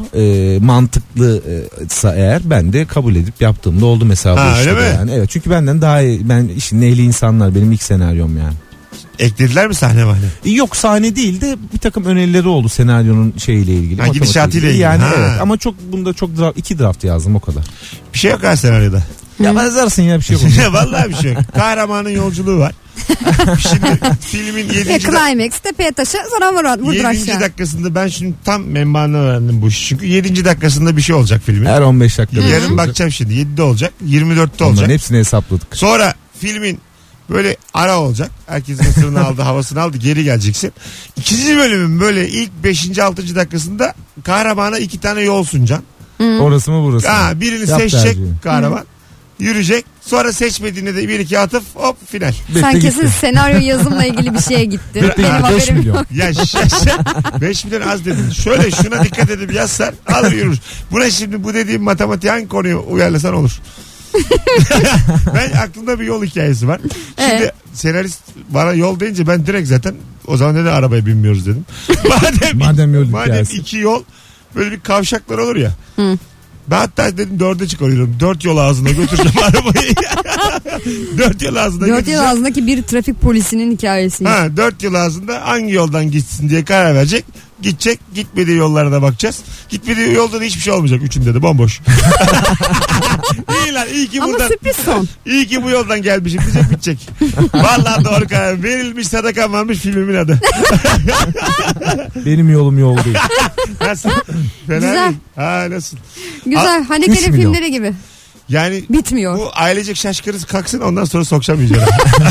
Mantıklıysa eğer ben de kabul edip yaptığımda oldu mesela. Ha, bu işte öyle de mi? yani. Evet, çünkü benden daha iyi. Ben işin ehli insanlar. Benim ilk senaryom yani. Eklediler mi sahne mahne? Yok, sahne değil de bir takım önerileri oldu senaryonun şeyiyle ilgili. Ha, gidişatıyla ilgili. Yani Ha. evet, ama çok iki draft yazdım, o kadar. Bir şey yok ha senaryoda. Ya yazarsın ya, bir şey yok. Vallahi bir şey yok. Kahramanın yolculuğu var. Şimdi filmin 7. Ya climax tepeye taşı sonra vurdur 7. aşağı. dakikasında ben şimdi tam menbaını öğrendim bu işi. Çünkü 7. dakikasında bir şey olacak filmin. Her 15 dakika. Yarın bakacağım şimdi. 7'de olacak. 24'te olacak. Onların hepsini hesapladık. Sonra filmin böyle ara olacak. Herkes mısırını aldı, havasını aldı, geri geleceksin. İkinci bölümün böyle ilk 5. 6. dakikasında kahramana 2 tane yol sunacaksın. Orası mı burası mı? Ha, birini Yap seçecek tercihini. kahraman. Yürüyecek. Sonra seçmediğinde de 1-2 atıp hop final. Sen Bitti kesin gitti. senaryo yazımla ilgili bir şeye gittin. Bitti, Benim 5 haberim milyon. yok. Ya 5 milyon az dedin. Şöyle şuna dikkat edip yazsan alır yürür. Buna şimdi bu dediğim matematiği hangi konuya uyarlasan olur. Ben aklımda bir yol hikayesi var. Şimdi senarist bana yol deyince ben direkt zaten o zaman neden arabaya binmiyoruz dedim. Madem yol hikayesi. 2 yol böyle bir kavşaklar olur ya. Ben hatta dedim 4'e çıkarıyorum. 4 yol ağzına götüreceğim arabayı. 4 yol ağzına 4 yıl götüreceğim. ağzındaki bir trafik polisinin hikayesi. 4 yıl ağzında hangi yoldan gitsin diye karar verecek. Gidecek, gitmediği yollara da bakacağız. Gitmediği yolda da hiçbir şey olmayacak. Üçünde de bomboş. İyi lan, iyi ki Ama buradan. sürpriz son. İyi ki bu yoldan gelmişim diyecek, bitecek. Vallahi doğru karar. Verilmiş sadakam varmış filmimin adı. Benim yolum yol değil. Nasıl? Fena Güzel. değil. Ha nasıl? Güzel. 3 Hanekeli milyon. filmleri gibi. Yani Bitmiyor. bu ailecek şaşkırız kalksın, ondan sonra sokşamayacağım.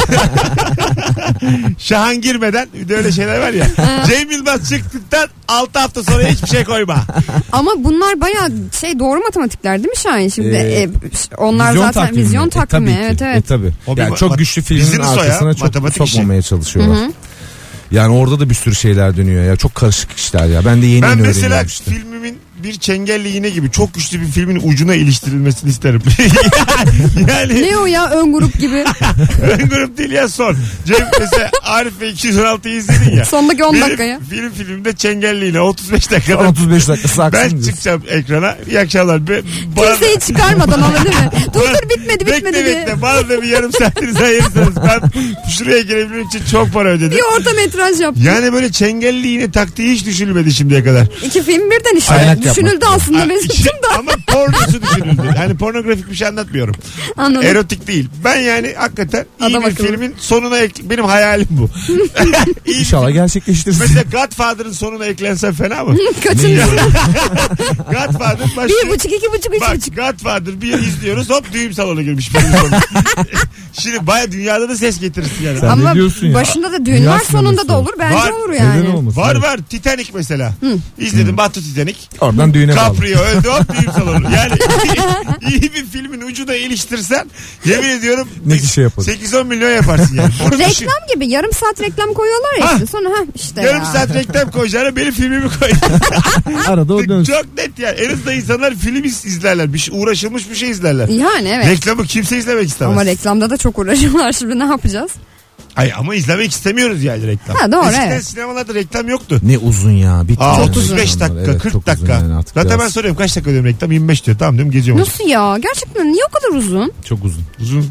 Şahan girmeden bir de öyle şeyler var ya. Cem Yılmaz çıktıktan 6 hafta sonra hiçbir şey koyma. Ama bunlar bayağı doğru matematikler değil mi Şahin? Şimdi onlar zaten takvimi. vizyon takvimi. Tabii ki. Evet. Tabii. O bir Yani çok güçlü filmin business o ya, arkasına çok matematik işi. sokmamaya çalışıyorlar. Yani orada da bir sürü şeyler dönüyor ya. Çok karışık işler ya. Ben de yeni Ben mesela öğreniyorum işte. filmimin bir çengelli iğne gibi çok güçlü bir filmin ucuna iliştirilmesini isterim. Yani Ne o ya, ön grup gibi. ön grup değil ya, son. Cem mesela Arif ve 216'yı izledin ya. Sondaki 10 Benim dakikaya. filmde çengelli iğne 35 dakikada. 35 dakika Ben saksın. çıkacağım ekrana. İyi akşamlar. Kimseyi çıkarmadan ama değil mi? Dur bitmedi Bekle diye. bekle. Bana da bir yarım saatinizi ayırırsanız ben şuraya girebilmem için çok para ödedim. Bir orta metraj yap. Yani böyle çengelli iğne taktiği hiç düşünülmedi şimdiye kadar. 2 film birden işte. Aynak yapmak. Düşünüldü aslında Ha, Mesut'cum da. Ama pornosu düşünüldü. Yani pornografik bir şey anlatmıyorum. Anladım. Erotik değil. Ben yani hakikaten iyi Adam bir akıllı. filmin sonuna benim hayalim bu. İyi bir İnşallah film. gerçekleştirsin. Mesela Godfather'ın sonuna eklense fena mı? Kaçıncı? Godfather başlıyor. 1,5, 2,5, Bak 3,5. Godfather bir izliyoruz, hop düğüm salonu girmiş. filmin sonu. Şimdi baya dünyada da ses getirirsin yani. Sen Ama ne diyorsun ya? başında da düğün Dünya var, sonunda da sineması. olur. Bence Var. olur yani. Neden olmasın? Var Evet. var, Titanic mesela. İzledim, battı Titanic. Oradan düğüne bağlı. Caprio öldü, hop düğüm salonu. Yani iyi bir filmin ucuna iliştirsen yemin ediyorum Ne bir şey yaparız. 8-10 milyon yaparsın yani. Onu düşün. Reklam gibi yarım saat reklam koyuyorlar ya Ha. işte. Sonra işte Yarım ya. saat reklam koyacağına benim filmimi koy. Arada o dönsün. Çok net yani. En azından insanlar film izlerler. Bir şey, uğraşılmış bir şey izlerler. Yani evet. Reklamı kimse izlemek istemez. Ama reklamda da çok uğraşıyorlar, şimdi ne yapacağız? Ay ama izlemek istemiyoruz yani reklam. Ha, doğru, Eskiden evet. sinemalarda reklam yoktu. Ne uzun ya. Bitti. Aa, yani 35 reklamlar. dakika, Evet, 40 çok uzun dakika. yani artık Zaten ben biraz. soruyorum kaç dakika diyorum reklam, 25 diyor. Tamam diyorum, geziyorum. Nasıl ya? Gerçekten niye o kadar uzun? Çok uzun. Uzun.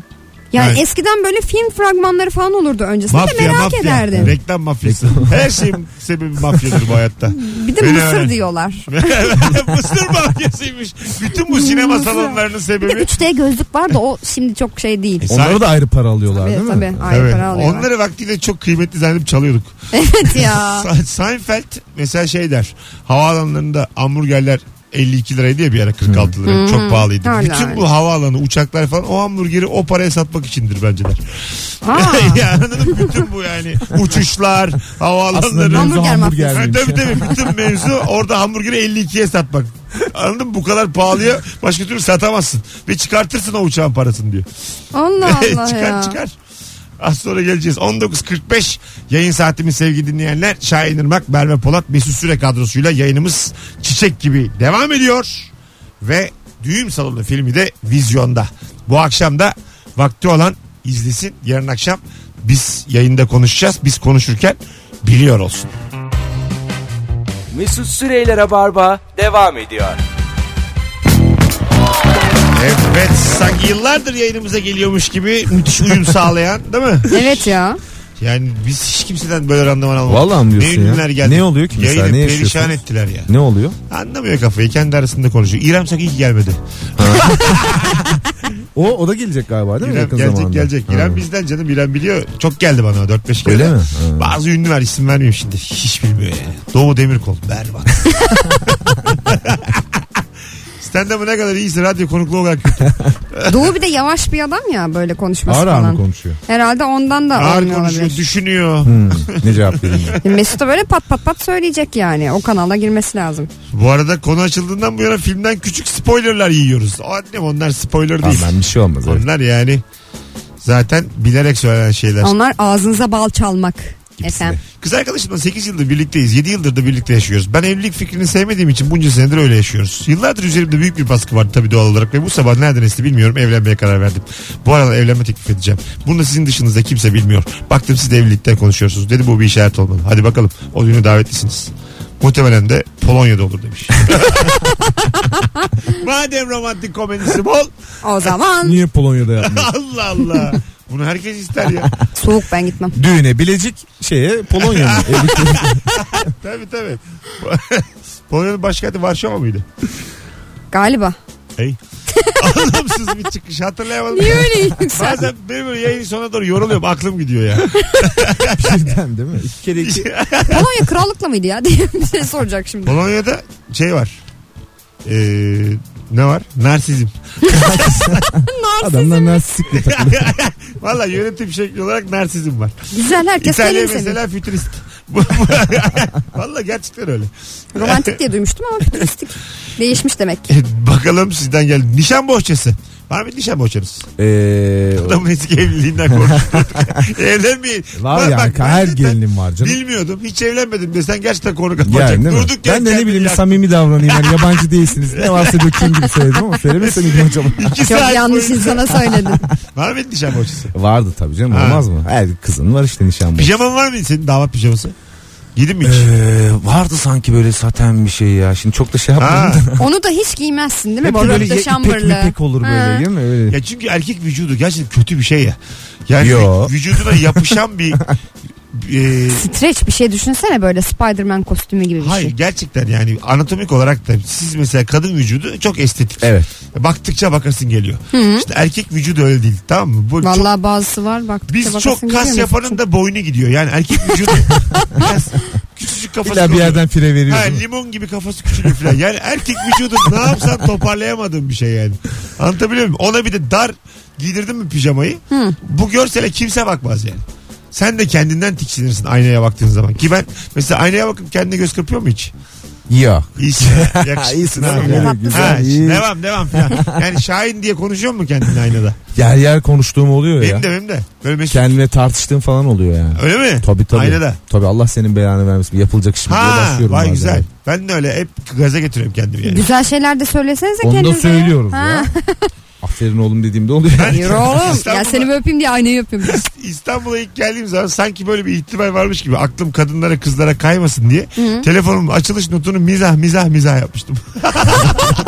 Yani Evet. eskiden böyle film fragmanları falan olurdu öncesinde de merak ederdim. Reklam mafyası. Her şeyin sebebi mafyadır bu hayatta. Bir de Beni mısır öğren. diyorlar. Mısır mafyasıymış. Bütün bu sinema salonlarının Bir sebebi. de 3D gözlük var da o şimdi çok şey değil. Onlara da ayrı para alıyorlar Tabii, değil mi? tabii. Ayrı Evet. para alıyorlar. Onları vaktiyle çok kıymetli zannedip çalıyorduk. Evet ya. Seinfeld mesela şey der. Havaalanlarında hamburgerler 52 liraydı ya bir ara 46 lira. Çok pahalıydı. Öyle, Bütün öyle. bu havaalanı, uçaklar falan o hamburgeri o paraya satmak içindir bence der. Ha. Ya anladın mı? Bütün bu yani uçuşlar, havaalanları. Aslında mevzu Hamburger Ha, hamburgermiş. tabii bütün mevzu orada hamburgeri 52'ye satmak. Anladın mı? Bu kadar pahalıya başka türlü satamazsın. Ve çıkartırsın o uçağın parasını diyor. Allah Allah ya. çıkar. Az sonra geleceğiz. 19.45 yayın saatimiz sevgili dinleyenler. Şahin Irmak, Merve Polat, Mesut Süre kadrosuyla yayınımız çiçek gibi devam ediyor. Ve Düğüm Salonu filmi de vizyonda. Bu akşam da vakti olan izlesin. Yarın akşam biz yayında konuşacağız. Biz konuşurken biliyor olsun. Mesut Süreyler'e barba devam ediyor. Evet, sanki yıllardır yayınımıza geliyormuş gibi müthiş uyum sağlayan, değil mi? Evet ya. Yani biz hiç kimseden böyle randıman almadık. Vallahi mi Ne diyorsun ya? ünlüler geldi. Ne oluyor ki mesela? Yayını Ne perişan yaşıyorsunuz? ettiler ya. Ne oluyor? Anlamıyor kafayı, kendi arasında konuşuyor. İrem Sak iyi ki gelmedi. O da gelecek galiba değil mi? İrem Yakın gelecek zamanda. gelecek. Ha. İrem bizden canım, İrem biliyor. Çok geldi bana 4-5 kere. Öyle mi? Ha. Bazı ünlüler, isim vermeyeyim şimdi. Hiç bilmiyor yani. Doğu Demirkol. Berbat. Stand-up'ı ne kadar iyiyse radyo konukluğu olarak kötü. Doğu bir de yavaş bir adam ya böyle konuşması Ağır ağır falan. mı konuşuyor? Herhalde ondan da Ağır olmuyor konuşuyor, olabilir. düşünüyor. Ne cevap vereyim ben? Mesut da böyle pat pat pat söyleyecek yani. O kanala girmesi lazım. Bu arada konu açıldığından bu yana filmden küçük spoilerlar yiyoruz. O annem, onlar spoiler değil. Tamam, bir şey olmaz. Evet. Onlar yani zaten bilerek söylenen şeyler. Onlar ağzınıza bal çalmak. Efendim. Kız arkadaşımla 8 yıldır birlikteyiz. 7 yıldır da birlikte yaşıyoruz. Ben evlilik fikrini sevmediğim için bunca senedir öyle yaşıyoruz. Yıllardır üzerimde büyük bir baskı vardı tabii doğal olarak. Ve bu sabah nereden esti bilmiyorum, evlenmeye karar verdim. Bu arada evlenme teklif edeceğim. Bunu da sizin dışınızda kimse bilmiyor. Baktım siz de evlilikten konuşuyorsunuz. Dedi bu bir işaret olmalı. Hadi bakalım, o düğüne davetlisiniz. Muhtemelen de Polonya'da olur demiş. Madem romantik komedisi bol. O zaman Niye Polonya'da yapmıyor? Allah Allah. Bunu herkes ister ya. soğuk, ben gitmem. Düğüne Bilecik Polonya mı? Tabii. Polonya'nın başkenti Varşova mıydı? Galiba. Hey. Anlamsız bir çıkış, hatırlayamadım. Niye öyle yüksel? Bazen benim böyle yayın sonuna doğru yoruluyorum, aklım gidiyor ya. Birden değil mi? 2 kere 2. Polonya krallıkla mıydı ya diye bir şey soracak şimdi. Polonya'da şey var. Ne var? Narsizm. Adamlar narsistikle takılıyor. Valla yönetim şekli olarak narsizm var. Güzel, herkes İtalya kendini seviyor. mesela fütürist. Valla gerçekten öyle. Romantik diye duymuştum ama fütüristik. Değişmiş demek ki. Bakalım sizden geldi. Nişan bohçası. Var mı nişan bohçanız? Adamın eski evliliğinden konuştuk. Evlenmeyin. Var ya, Bak, her ben gelinin var canım. bilmiyordum. Hiç evlenmedim desen gerçekten konu kapatacak. Yani değil mi? Durduk yere Ben de ne kendini bileyim yaktın. samimi davranayım. Yani yabancı değilsiniz. Ne varsa dökeyim gibi söyledim ama söylemesem miydim acaba? 2 Çok saat yanlış boyunca- insana söyledin. Var mı nişan bohçası? Vardı tabii canım, Ha. olmaz mı? Her kızın var işte nişan bohçası. Pijaman var mıydı senin, damat pijaması? Gidin mi hiç? Vardı sanki böyle saten bir şey ya. Şimdi çok da şey Ha. yapmadım da. Onu da hiç giymezsin değil mi? Hep Bu böyle röpte ipek şambırlı. mipek olur böyle değil mi? Öyle. Ya çünkü erkek vücudu gerçekten kötü bir şey ya. Yani Yo. vücuduna yapışan bir Streç bir şey düşünsene, böyle Spider-Man kostümü gibi bir hayır şey. gerçekten yani anatomik olarak da siz mesela kadın vücudu çok estetik. Evet. Baktıkça bakasın geliyor. İşte erkek vücudu öyle değil, tamam mı? Bu çok, Vallahi bazısı var bak. biz çok kas yapanın da boynu gidiyor. Yani erkek vücudu kas, küçücük kafası. İlla bir oluyor. yerden fire veriyor. Ha, değil mi? limon gibi kafası küçülüyor falan. Yani erkek vücudu ne yapsan toparlayamadığın bir şey yani. Anlatabiliyor muyum? Ona bir de dar giydirdin mi pijamayı? Bu görsele kimse bakmaz yani. Sen de kendinden tiksinirsin aynaya baktığın zaman. Ki ben mesela aynaya bakıp kendine göz kırpıyor mu hiç? Yok. İyisin. Yakışıklısın İyisin abi. abi. Ha, Güzel, iyi. devam falan. Yani Şahin diye konuşuyor mu kendine aynada? Yer konuştuğum oluyor ya. Benim de. Böyle Mesut. Kendimle tartıştığım falan oluyor yani. Öyle mi? Tabii. Aynada. Tabii, Allah senin belanı vermesin. Yapılacak iş mi diye Ha, başlıyorum vay bazen. güzel. Ben de öyle hep gaza getiriyorum kendimi yani. Güzel şeyler de söylesenize Onu da kendinize. söylüyoruz Ha. ya. Aferin oğlum dediğimde oluyor. Yürü oğlum. Ya İstanbul'da- seni bir öpeyim diye aynayı öpüyorum. İstanbul'a ilk geldiğim zaman sanki böyle bir ihtimal varmış gibi aklım kadınlara kızlara kaymasın diye telefonumun açılış notunu mizah yapmıştım.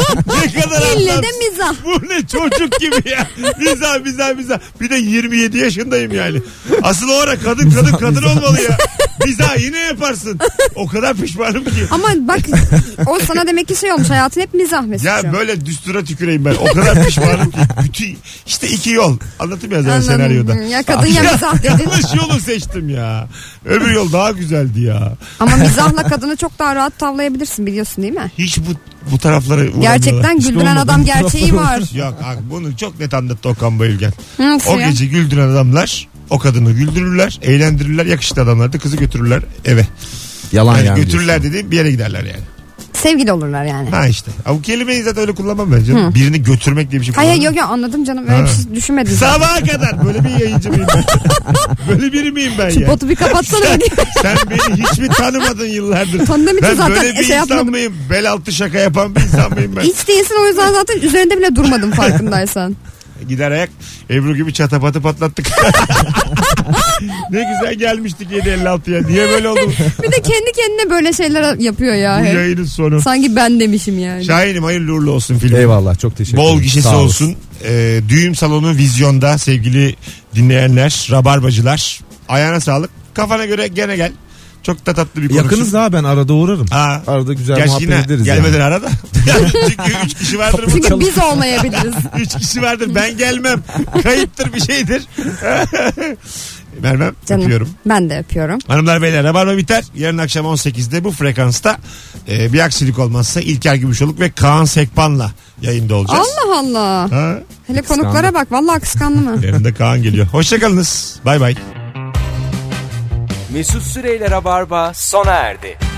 Ne kadar İlle de anlamsız. mizah. Bu ne çocuk gibi ya. Mizah. Bir de 27 yaşındayım yani. Asıl o ara kadın olmalı ya. Mizah yine yaparsın. O kadar pişmanım ki. Ama bak o sana demek ki şey olmuş, hayatın hep mizah Mesut'cum. Ya böyle düstura tüküreyim ben. O kadar pişmanım ki. Bütün işte iki yol. Anlatayım ya zaten Anladım. senaryoda. Ya kadın ya mizah dedin. Yanlış yolu seçtim ya. Öbür yol daha güzeldi ya. Ama mizahla kadını çok daha rahat tavlayabilirsin, biliyorsun değil mi? Hiç bu taraflara uğramıyorlar. Gerçekten güldüren olmadı. adam gerçeği var. Yok bunu çok net anlattı Okan Bayülgen. Nasıl O ya? gece güldüren adamlar o kadını güldürürler, eğlendirirler, yakışıklı adamlar da kızı götürürler eve. Yalan Yani yani. götürürler dediğim bir yere giderler yani. Sevgili olurlar yani. Ha işte. Bu kelimeyi zaten öyle kullanmam ben canım. Birini götürmek diye bir şey Hayır kullanmam. yok anladım canım, öyle bir şey düşünmedim. Sabaha kadar böyle bir yayıncı mıyım ben? Böyle biri miyim ben ya? Botu bir kapatsana. Sen beni hiç mi tanımadın yıllardır? Tanıdığım için Ben zaten böyle bir şey insan yapmadım. mıyım? Bel altı şaka yapan bir insan mıyım ben? Hiç değilsin, o yüzden zaten üzerinde bile durmadım farkındaysan. Gider ayak Ebru gibi çatapatı patlattık. Ne güzel gelmiştik 7.56'ya. Niye böyle oldu? Bir de kendi kendine böyle şeyler yapıyor ya. Bu hep. yayının sonu. Sanki ben demişim yani. Şahin'im hayırlı uğurlu olsun film. Eyvallah, çok teşekkür ederim. Bol gişesi Sağ olsun. Düğün salonu vizyonda sevgili dinleyenler, rabarbacılar. Ayağına sağlık. Kafana göre gene gel. Çok da tatlı bir konusu. Yakınız daha, ben arada uğrarım. Ha. Arada güzel Gerçi muhabbet yine ederiz. gelmeden yani. arada. Çünkü 3 kişi vardır burada. Çünkü biz olmayabiliriz. 3 kişi vardır, ben gelmem. Kayıptır bir şeydir. Mervem Canım, öpüyorum. ben de öpüyorum. Hanımlar beyler, Rabarba biter. Yarın akşam 18'de bu frekansta bir aksilik olmazsa İlker Gümüşoluk ve Kaan Sekban'la yayında olacağız. Allah Allah. Ha? Hele konuklara bak, vallahi kıskandım ha. Yarın da Kaan geliyor. Hoşçakalınız. Bay bay. Mesut Süreyle Rabarba sona erdi.